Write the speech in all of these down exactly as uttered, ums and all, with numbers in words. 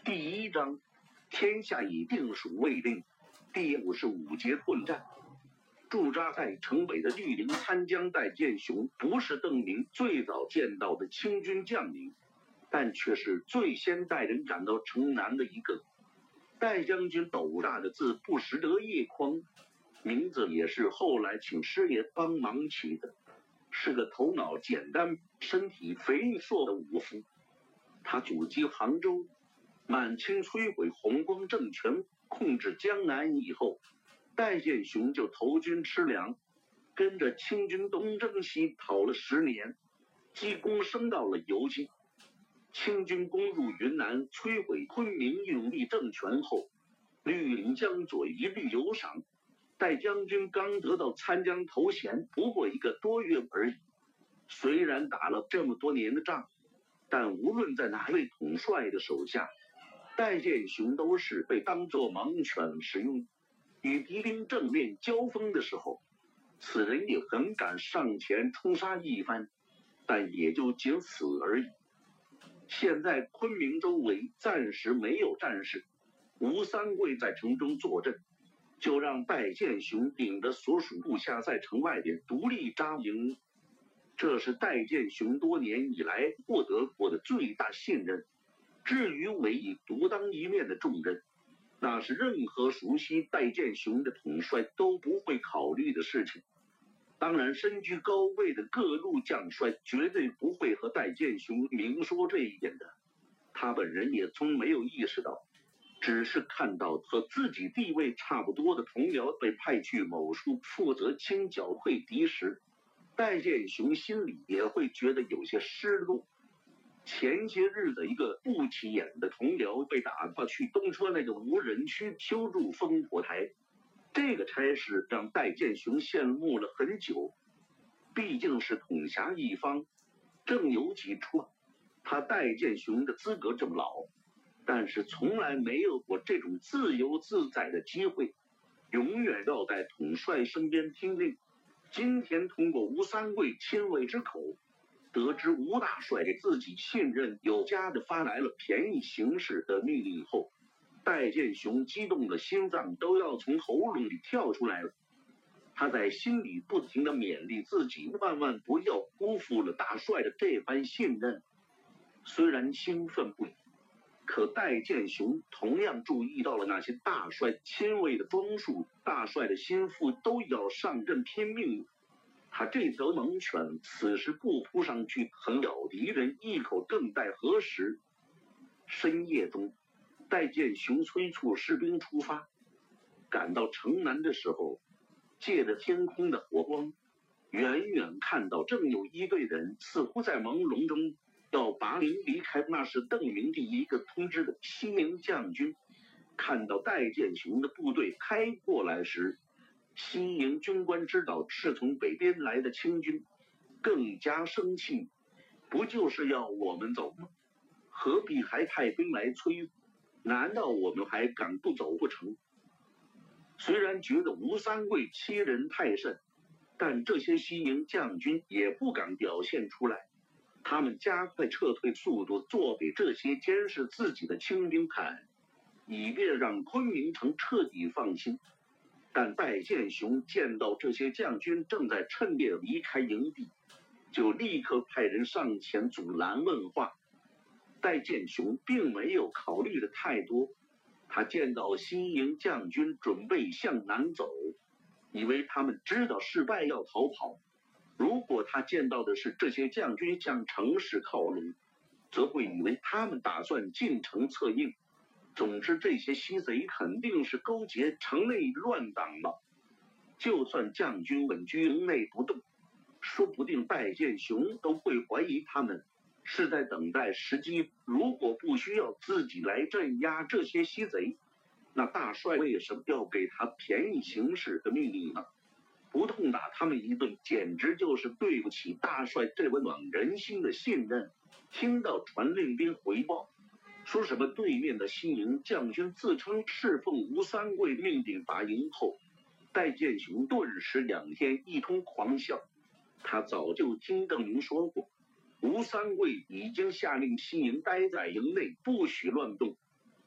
第一章，天下已定属未定。第五十五节混战。驻扎在城北的绿林参将戴建雄，不是邓明最早见到的清军将领，但却是最先带人赶到城南的一个。戴将军斗大的字不识得叶匡，名字也是后来请师爷帮忙起的，是个头脑简单、身体肥硕的武夫。他阻击杭州，满清摧毁弘光政权，控制江南以后，戴建雄就投军吃粮，跟着清军东征西讨了十年，积功升到了游击。清军攻入云南，摧毁昆明永历政权后，绿林江左一律有赏。戴将军刚得到参将头衔，不过一个多月而已。虽然打了这么多年的仗，但无论在哪位统帅的手下，戴建雄都是被当作盲犬使用。与敌兵正面交锋的时候，此人也很敢上前冲杀一番，但也就仅此而已。现在昆明周围暂时没有战事，吴三桂在城中坐镇，就让戴建雄领着所属部下在城外边独立扎营。这是戴建雄多年以来获得过的最大信任。至于委以独当一面的重任，那是任何熟悉戴建雄的统帅都不会考虑的事情。当然，身居高位的各路将帅绝对不会和戴建雄明说这一点的，他本人也从没有意识到，只是看到和自己地位差不多的同僚被派去某处负责清剿会敌时，戴建雄心里也会觉得有些失落。前些日子，一个不起眼的同僚被打发去东车那个无人区修筑烽火台，这个差事让戴建雄羡慕了很久。毕竟是统辖一方，正有几处。他戴建雄的资格这么老，但是从来没有过这种自由自在的机会，永远要在统帅身边听令。今天通过吴三桂亲卫之口，得知吴大帅给自己信任有加的发来了便宜行事的命令后，戴建雄激动的心脏都要从喉咙里跳出来了。他在心里不停地勉励自己，万万不要辜负了大帅的这番信任。虽然兴奋不已，可戴建雄同样注意到了那些大帅亲卫的装束，大帅的心腹都要上阵拼命。他这条猛犬此时不扑上去狠咬敌人一口，更待何时？深夜中，戴建雄催促士兵出发。赶到城南的时候，借着天空的火光，远远看到正有一队人似乎在朦胧中要拔营离开。那是邓明第一个通知的西营将军。看到戴建雄的部队开过来时，西营军官知道是从北边来的清军，更加生气。不就是要我们走吗？何必还派兵来催？难道我们还敢不走不成？虽然觉得吴三桂欺人太甚，但这些西营将军也不敢表现出来。他们加快撤退速度，做给这些监视自己的清兵看，以便让昆明城彻底放心。但戴建雄见到这些将军正在趁夜离开营地，就立刻派人上前阻拦问话。戴建雄并没有考虑的太多，他见到西营将军准备向南走，以为他们知道失败要逃跑。如果他见到的是这些将军向城市靠拢，则会以为他们打算进城策应。总之，这些西贼肯定是勾结城内乱党了。就算将军稳居营内不动，说不定戴建雄都会怀疑他们是在等待时机。如果不需要自己来镇压这些西贼，那大帅为什么要给他便宜行事的命令呢？不痛打他们一顿，简直就是对不起大帅这温暖人心的信任。听到传令兵回报，说什么对面的西营将军自称侍奉吴三桂命令拔营后，戴建雄顿时仰天一通狂笑。他早就听邓明说过，吴三桂已经下令西营待在营内，不许乱动。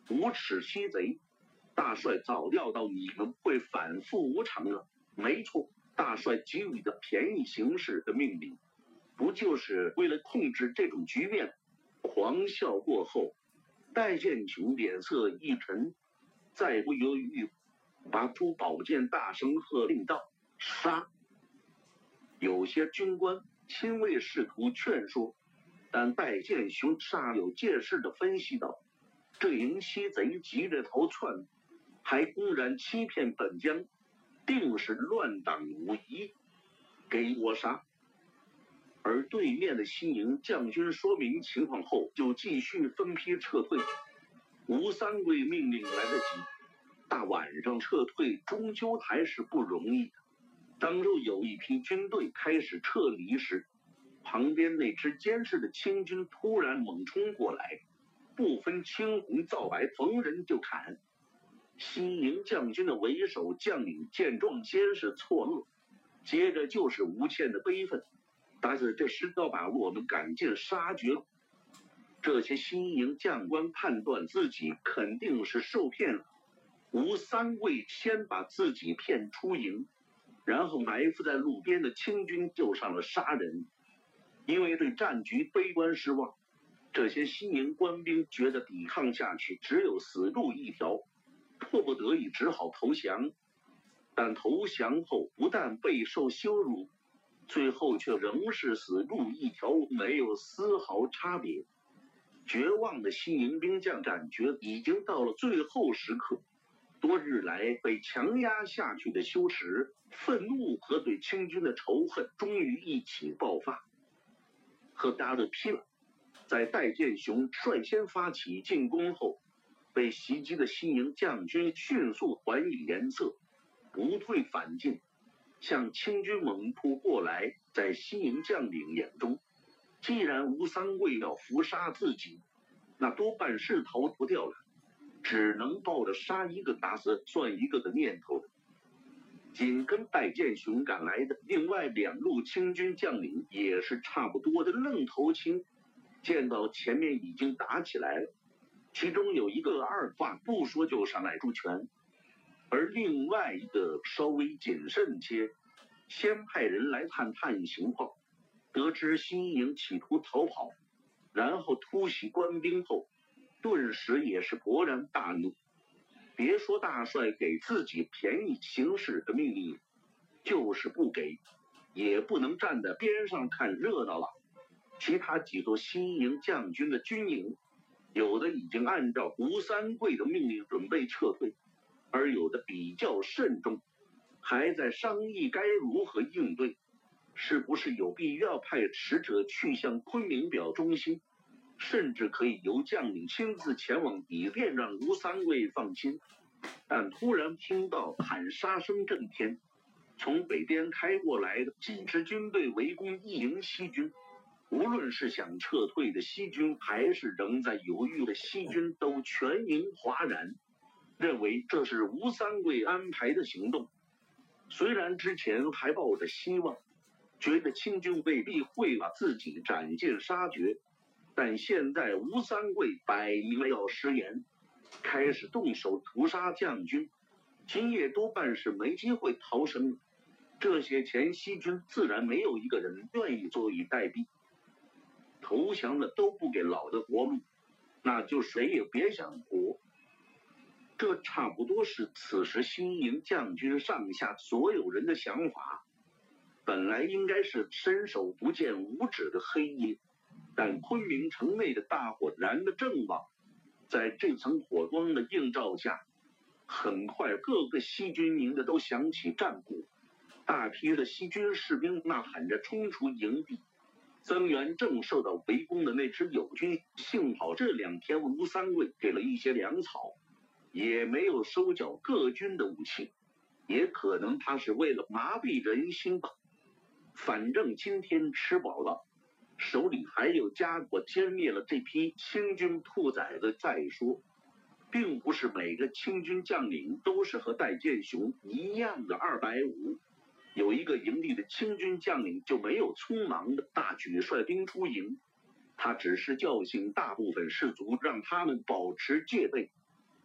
无耻西贼！大帅早料到你们会反复无常了。没错，大帅给予的便宜行事的命令，不就是为了控制这种局面？狂笑过后，戴剑雄脸色一沉，再不犹豫，拔出宝剑，大声喝令道：“杀！”有些军官亲卫试图劝说，但戴剑雄煞有介事地分析道：“这营西贼急着逃窜，还公然欺骗本将，定是乱党无疑，给我杀！”而对面的西营将军说明情况后，就继续分批撤退。吴三桂命令来得及，大晚上撤退终究还是不容易的。当又有一批军队开始撤离时，旁边那支监视的清军突然猛冲过来，不分青红皂白，逢人就砍。西营将军的为首将领见状，先是错愕，接着就是无限的悲愤。大子这时要把我们赶尽杀绝了。这些西营将官判断自己肯定是受骗了。吴三桂先把自己骗出营，然后埋伏在路边的清军就上了杀人。因为对战局悲观失望，这些西营官兵觉得抵抗下去只有死路一条，迫不得已只好投降。但投降后不但备受羞辱，最后却仍是死路一条，没有丝毫差别。绝望的西营兵将感觉已经到了最后时刻，多日来被强压下去的羞耻、愤怒和对清军的仇恨终于一起爆发，和大的拼了。在戴剑雄率先发起进攻后，被袭击的西营将军迅速还以颜色，不退反进，向清军猛扑过来。在西营将领眼中，既然吴三桂要伏杀自己，那多半是逃不掉了，只能抱着杀一个打死算一个的念头。紧跟戴剑雄赶来的另外两路清军将领也是差不多的愣头青，见到前面已经打起来了，其中有一个二话不说就上来助拳，而另外一个稍微谨慎些，先派人来探探情况。得知西营企图逃跑，然后突袭官兵后，顿时也是勃然大怒。别说大帅给自己便宜行事的命令，就是不给，也不能站在边上看热闹了。其他几座西营将军的军营，有的已经按照吴三桂的命令准备撤退，而有的比较慎重，还在商议该如何应对，是不是有必要派使者去向昆明表忠心，甚至可以由将领亲自前往，以便让吴三桂放心。但突然听到喊杀声震天，从北边开过来的几支军队围攻一营西军，无论是想撤退的西军，还是仍在犹豫的西军，都全营哗然，认为这是吴三桂安排的行动。虽然之前还抱着希望，觉得清军未必会把自己斩尽杀绝，但现在吴三桂摆明了要食言，开始动手屠杀将军，今夜多半是没机会逃生了。这些前西军自然没有一个人愿意坐以待毙，投降了都不给老的活路，那就谁也别想活。这差不多是此时西营将军上下所有人的想法。本来应该是伸手不见五指的黑夜，但昆明城内的大火燃得正旺，在这层火光的映照下，很快各个西军营的都响起战鼓，大批的西军士兵呐喊着冲出营地，增援正受到围攻的那支友军。幸好这两天吴三桂给了一些粮草，也没有收缴各军的武器，也可能他是为了麻痹人心吧。反正今天吃饱了，手里还有家伙，歼灭了这批清军兔崽子再说。并不是每个清军将领都是和戴剑雄一样的二百五，有一个营地的清军将领就没有匆忙的大举率兵出营，他只是叫醒大部分士卒，让他们保持戒备，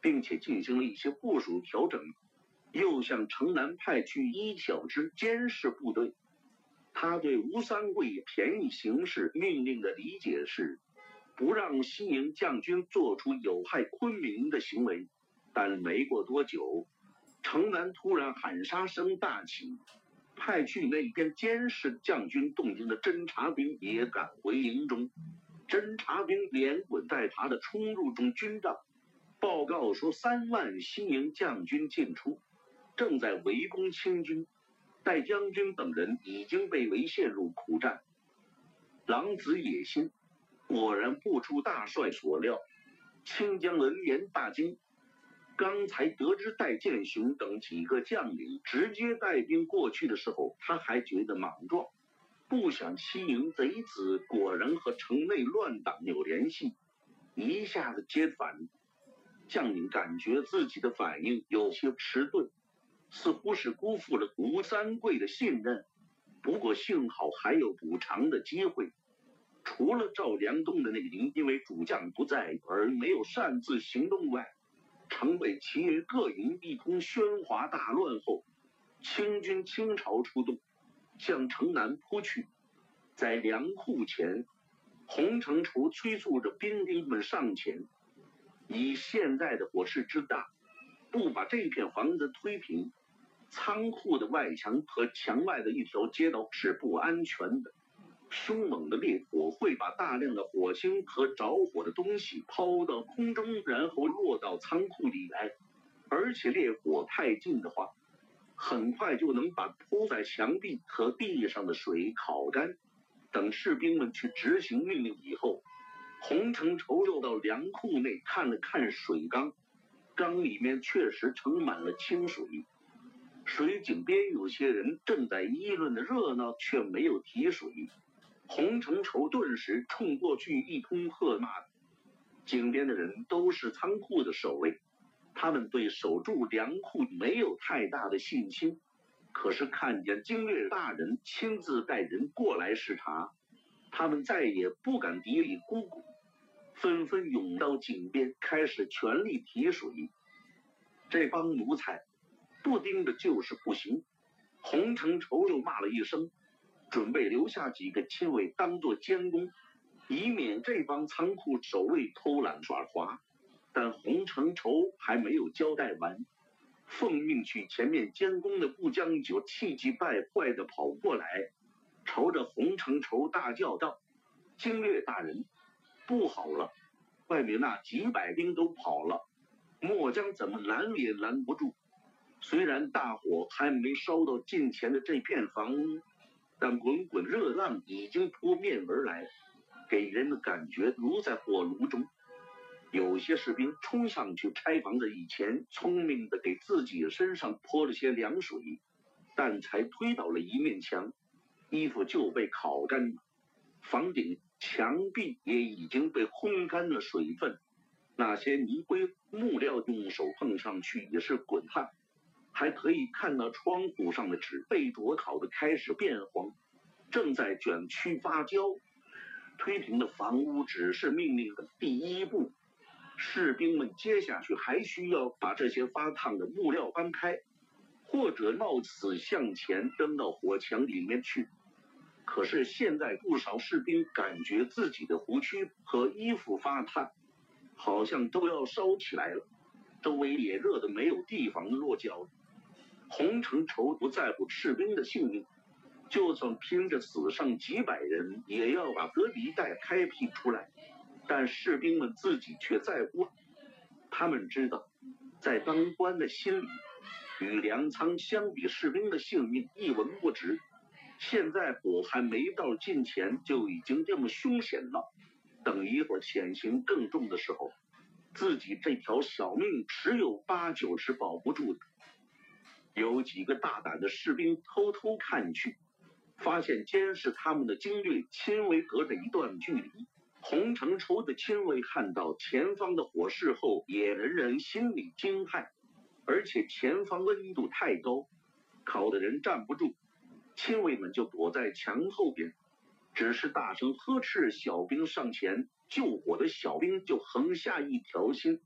并且进行了一些部署调整，又向城南派去一小支监视部队。他对吴三桂便宜行事命令的理解是，不让西营将军做出有害昆明的行为。但没过多久，城南突然喊杀声大起，派去那边监视将军动静的侦察兵也赶回营中。侦察兵连滚带爬地冲入中军帐，报告说三万西营将军进出，正在围攻清军，戴将军等人已经被围陷入苦战。狼子野心果然不出大帅所料，清江闻言大惊。刚才得知戴建雄等几个将领直接带兵过去的时候，他还觉得莽撞，不想西营贼子果然和城内乱党有联系，一下子接反。将领感觉自己的反应有些迟钝，似乎是辜负了吴三桂的信任。不过幸好还有补偿的机会，除了赵良东的那营因为主将不在而没有擅自行动外，城北其余各营一通喧哗大乱后，清军倾巢出动，向城南扑去。在粮库前，洪承畴催促着兵丁们上前。以现在的火势之大，不把这片房子推平，仓库的外墙和墙外的一条街道是不安全的。凶猛的烈火会把大量的火星和着火的东西抛到空中，然后落到仓库里来。而且烈火太近的话，很快就能把铺在墙壁和地上的水烤干。等士兵们去执行命令以后，洪承畴又到粮库内看了看水缸，缸里面确实盛满了清水。水井边有些人正在议论的热闹，却没有提水。洪承畴顿时冲过去一通喝骂。井边的人都是仓库的守卫，他们对守住粮库没有太大的信心，可是看见经略大人亲自带人过来视察，他们再也不敢嘀里咕咕，纷纷涌到井边开始全力提水。这帮奴才不盯着就是不行。洪承畴又骂了一声，准备留下几个亲卫当作监工，以免这帮仓库守卫偷懒耍滑。但洪承畴还没有交代完，奉命去前面监工的不将就气急败坏地跑过来，朝着洪承畴大叫道：经略大人，不好了，外面那几百兵都跑了，末将怎么拦也拦不住。虽然大火还没烧到近前的这片房屋，但滚滚热浪已经扑面而来，给人的感觉如在火炉中。有些士兵冲上去拆房子以前，聪明的给自己身上泼了些凉水，但才推倒了一面墙，衣服就被烤干了。房顶、墙壁也已经被烘干了水分，那些泥灰木料用手碰上去也是滚烫，还可以看到窗户上的纸被灼烤的开始变黄，正在卷曲发焦。推平的房屋只是命令的第一步，士兵们接下去还需要把这些发烫的木料搬开，或者冒死向前扔到火墙里面去。可是现在不少士兵感觉自己的胡须和衣服发烫，好像都要烧起来了，周围也热得没有地方落脚。洪承畴不在乎士兵的性命，就算拼着死上几百人，也要把隔离带开辟出来。但士兵们自己却在乎，他们知道，在当官的心里，与粮仓相比，士兵的性命一文不值。现在火还没到近前，就已经这么凶险了，等一会儿险情更重的时候，自己这条小命十有八九是保不住的。有几个大胆的士兵偷偷看去，发现监视他们的经略亲卫隔着一段距离。洪承畴的亲卫看到前方的火势后，也人人心里惊骇，而且前方温度太高，烤的人站不住，亲卫们就躲在墙后边，只是大声呵斥小兵上前救火的小兵就横下一条心。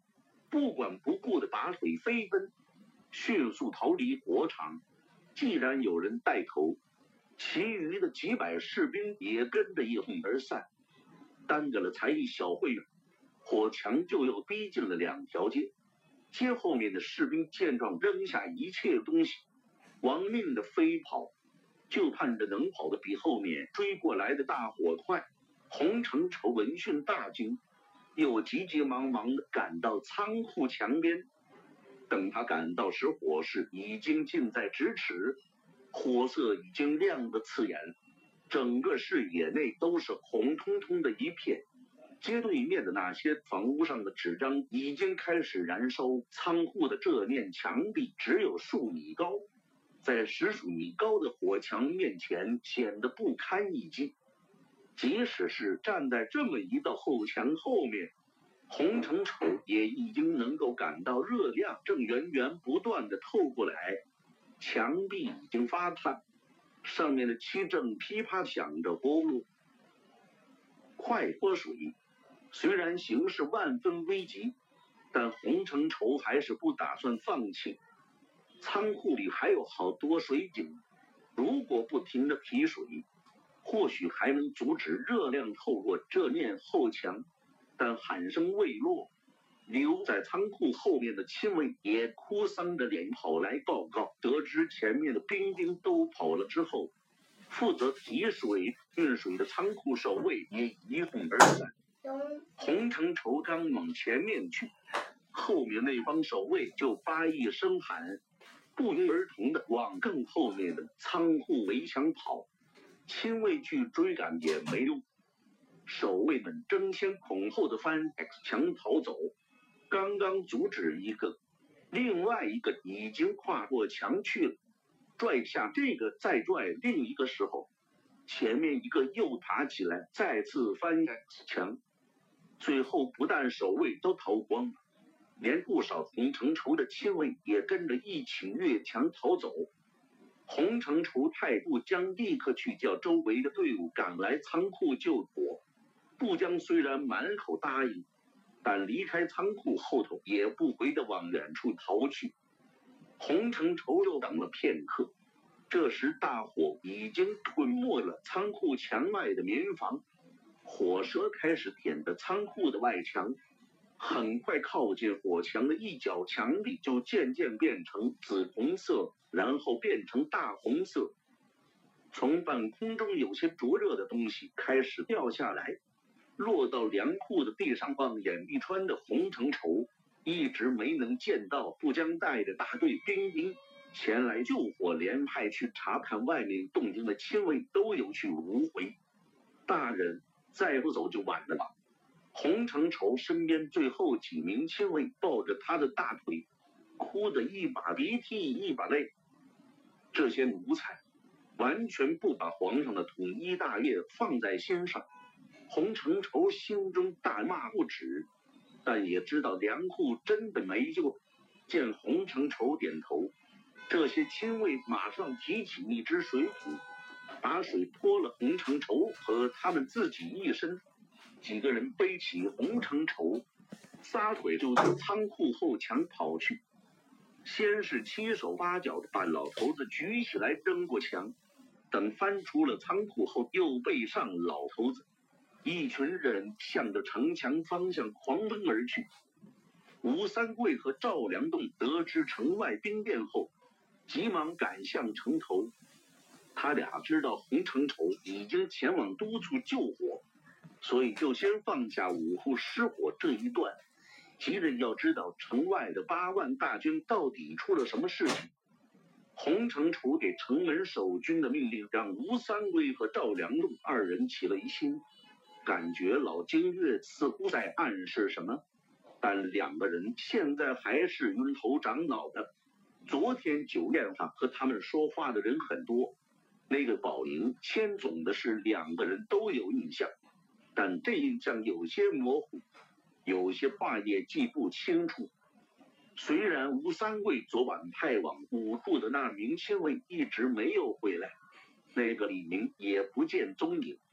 不管不顾的拔腿飞奔，迅速逃离火场。既然有人带头，其余的几百士兵也跟着一哄而散，耽搁了才一小会儿，火墙就又逼近了两条街。街后面的士兵见状，扔下一切东西，亡命的飞跑，就盼着能跑得比后面追过来的大火快。洪承畴闻讯大惊，又急急忙忙地赶到仓库墙边。等他赶到时，火势已经近在咫尺，火色已经亮得刺眼，整个视野内都是红彤彤的一片。街对面的那些房屋上的纸张已经开始燃烧，仓库的这面墙壁只有数米高，在十数米高的火墙面前显得不堪一击。即使是站在这么一道后墙后面，洪承畴也已经能够感到热量正源源不断地透过来，墙壁已经发烫，上面的漆正噼啪响着锅炉。快泼水！虽然形势万分危急，但洪承畴还是不打算放弃。仓库里还有好多水井，如果不停地提水，或许还能阻止热量透过这面后墙。但喊声未落，留在仓库后面的亲卫也哭丧着脸跑来报告。得知前面的兵丁都跑了之后，负责提水运水的仓库守卫也一哄而散。洪承畴刚往前面去，后面那帮守卫就发一声喊，不约而同地往更后面的仓库围墙跑。亲卫去追赶也没用，守卫们争先恐后地翻 X 墙逃走。刚刚阻止一个，另外一个已经跨过墙去了，拽下这个再拽另一个时候，前面一个又爬起来再次翻 X 墙。最后不但守卫都逃光了，连不少洪承畴的亲卫也跟着一起越墙逃走。洪承畴太部将立刻去叫周围的队伍赶来仓库救火。部将虽然满口答应，但离开仓库后头也不回地往远处逃去。洪承畴又等了片刻，这时大火已经吞没了仓库墙外的民房，火舌开始舔着仓库的外墙，很快靠近火墙的一角墙壁就渐渐变成紫红色，然后变成大红色。从半空中有些灼热的东西开始掉下来，落到粮库的地上。望眼欲穿的洪承畴一直没能见到部将带着大队兵丁前来救火，连派去查看外面动静的亲卫都有去无回。大人，再不走就晚了吧。洪承畴身边最后几名亲卫抱着他的大腿，哭得一把鼻涕一把泪。这些奴才完全不把皇上的统一大业放在心上。洪承畴心中大骂不止，但也知道粮库真的没救。见洪承畴点头，这些亲卫马上提起一只水桶，把水泼了洪承畴和他们自己一身。几个人背起洪承畴，撒腿就向仓库后墙跑去。先是七手八脚的把老头子举起来扔过墙，等翻出了仓库后又背上老头子，一群人向着城墙方向狂奔而去。吴三桂和赵良栋得知城外兵变后，急忙赶向城头。他俩知道洪承畴已经前往督促救火，所以就先放下五户失火这一段，急着要知道城外的八万大军到底出了什么事情。洪承畴给城门守军的命令让吴三桂和赵良栋二人起了疑心，感觉老京月似乎在暗示什么，但两个人现在还是晕头长脑的。昨天酒宴上和他们说话的人很多，那个保营千总的事两个人都有印象，但这印象有些模糊，有些话也记不清楚。虽然吴三桂昨晚派往五户的那名亲卫一直没有回来，那个李明也不见踪影，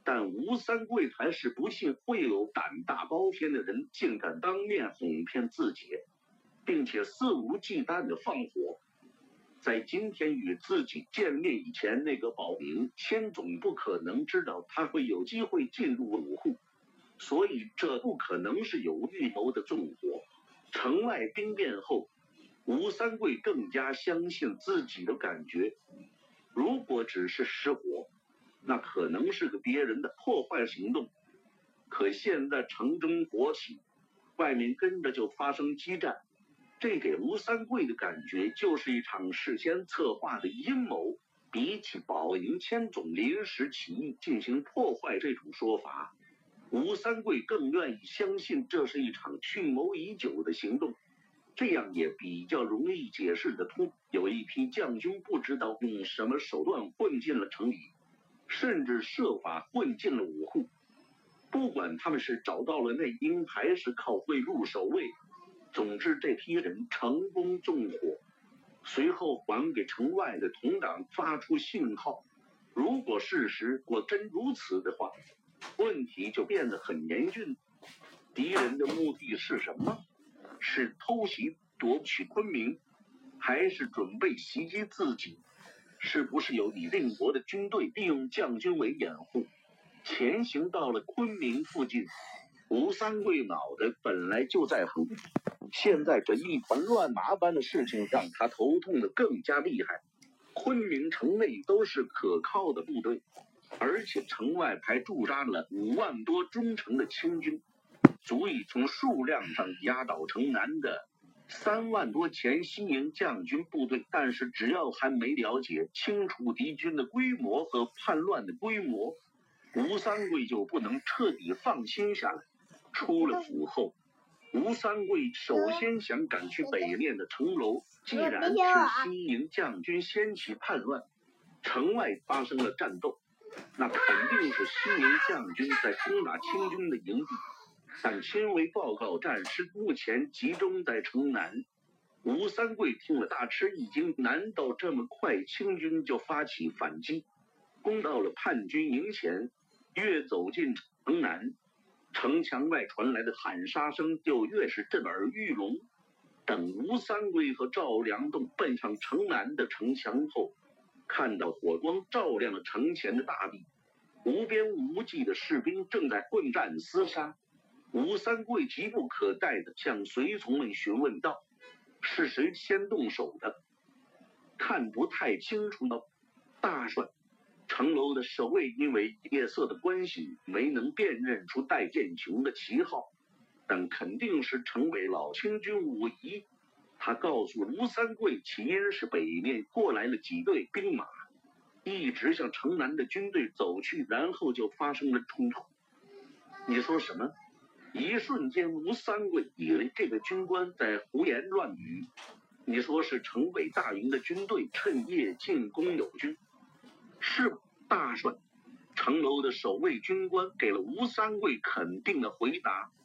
但吴三桂还是不信会有胆大包天的人竟敢当面哄骗自己，并且肆无忌惮的放火。在今天与自己见面以前，那个保民谦总不可能知道他会有机会进入武户，所以这不可能是有预谋的纵火。城外兵变后，吴三桂更加相信自己的感觉，如果只是失火，那可能是个别人的破坏行动。可现在城中火起，外面跟着就发生激战，这给吴三桂的感觉就是一场事先策划的阴谋。比起保营千总临时起义进行破坏这种说法，吴三桂更愿意相信这是一场蓄谋已久的行动，这样也比较容易解释得通。有一批将军不知道用什么手段混进了城里，甚至设法混进了武户，不管他们是找到了内应还是靠贿赂守卫，总之这批人成功纵火，随后还给城外的同党发出信号。如果事实果真如此的话，问题就变得很严峻。敌人的目的是什么？是偷袭夺取昆明，还是准备袭击自己？是不是有李定国的军队利用将军为掩护，前行到了昆明附近？吴三桂脑袋本来就在横，现在这一团乱麻般的事情让他头痛的更加厉害。昆明城内都是可靠的部队，而且城外还驻扎了五万多忠诚的清军，足以从数量上压倒城南的三万多前西营将军部队。但是只要还没了解清楚敌军的规模和叛乱的规模，吴三桂就不能彻底放心下来。出了府后，吴三桂首先想赶去北面的城楼。既然是西营将军掀起叛乱，城外发生了战斗，那肯定是西营将军在攻打清军的营地。但亲卫报告战师目前集中在城南，吴三桂听了大吃一惊，难道这么快清军就发起反击，攻到了叛军营前？越走进城南，城墙外传来的喊杀声就越是震耳欲聋。等吴三桂和赵良栋奔上城南的城墙后，看到火光照亮了城前的大地，无边无际的士兵正在混战厮杀。吴三桂急不可待地向随从们询问道：“是谁先动手的？”“看不太清楚了，大帅。”城楼的守卫因为夜色的关系没能辨认出戴建雄的旗号，但肯定是城北老清军武仪。他告诉吴三桂，起因是北面过来了几队兵马，一直向城南的军队走去，然后就发生了冲突。你说什么？一瞬间，吴三桂以为这个军官在胡言乱语。你说是城北大营的军队趁夜进攻友军？是，大帅。城楼的守卫军官给了吴三桂肯定的回答。